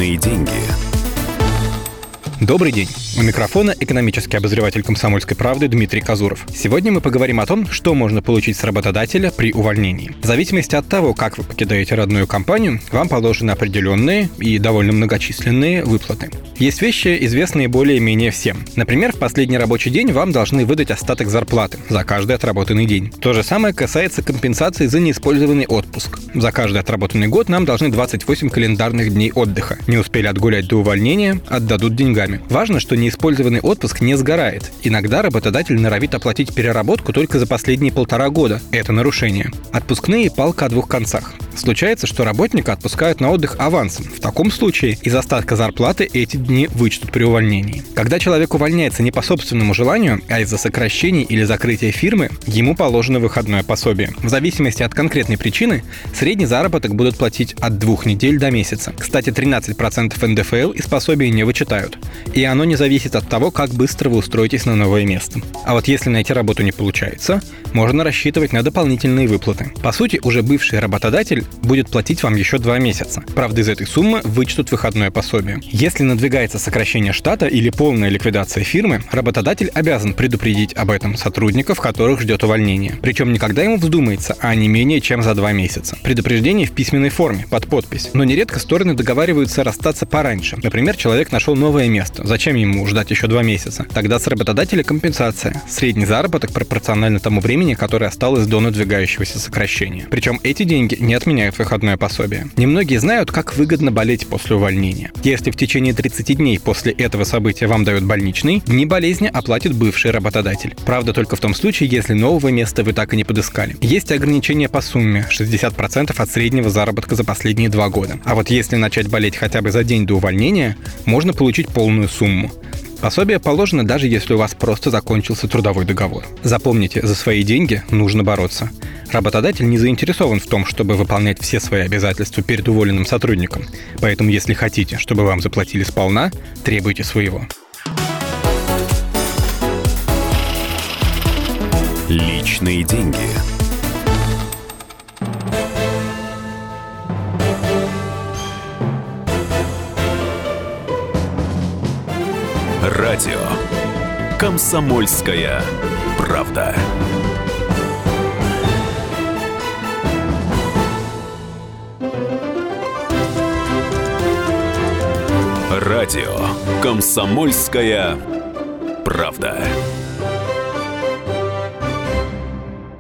Личные деньги. Добрый день. У микрофона экономический обозреватель «Комсомольской правды» Дмитрий Казуров. Сегодня мы поговорим о том, что можно получить с работодателя при увольнении. В зависимости от того, как вы покидаете родную компанию, вам положены определенные и довольно многочисленные выплаты. Есть вещи, известные более-менее всем. Например, в последний рабочий день вам должны выдать остаток зарплаты за каждый отработанный день. То же самое касается компенсации за неиспользованный отпуск. За каждый отработанный год нам должны 28 календарных дней отдыха. Не успели отгулять до увольнения – отдадут деньгами. Важно, что неиспользованный отпуск не сгорает. Иногда работодатель норовит оплатить переработку только за последние 1,5 года. Это нарушение. Отпускные – палка о двух концах. Случается, что работника отпускают на отдых авансом. В таком случае из остатка зарплаты эти дни вычтут при увольнении. Когда человек увольняется не по собственному желанию, а из-за сокращений или закрытия фирмы, ему положено выходное пособие. В зависимости от конкретной причины, средний заработок будут платить от 2 недель до месяца. Кстати, 13% НДФЛ из пособия не вычитают. И оно не зависит от того, как быстро вы устроитесь на новое место. А вот если найти работу не получается, можно рассчитывать на дополнительные выплаты. По сути, уже бывший работодатель будет платить вам еще 2 месяца. Правда, из этой суммы вычтут выходное пособие. Если надвигается сокращение штата или полная ликвидация фирмы, работодатель обязан предупредить об этом сотрудников, которых ждет увольнение. Причем не когда ему вздумается, а не менее чем за 2 месяца. Предупреждение в письменной форме, под подпись. Но нередко стороны договариваются расстаться пораньше. Например, человек нашел новое место. Зачем ему ждать еще 2 месяца? Тогда с работодателя компенсация. Средний заработок пропорционально тому времени, которое осталось до надвигающегося сокращения. Причем эти деньги не отменяют выходное пособие. Немногие знают, как выгодно болеть после увольнения. Если в течение 30 дней после этого события вам дают больничный, дни болезни оплатит бывший работодатель. Правда, только в том случае, если нового места вы так и не подыскали. Есть ограничения по сумме – 60% от среднего заработка за последние 2 года. А вот если начать болеть хотя бы за день до увольнения, можно получить полную сумму. Пособие положено, даже если у вас просто закончился трудовой договор. Запомните, за свои деньги нужно бороться. Работодатель не заинтересован в том, чтобы выполнять все свои обязательства перед уволенным сотрудником. Поэтому, если хотите, чтобы вам заплатили сполна, требуйте своего. Личные деньги. Радио «Комсомольская правда». Радио «Комсомольская правда».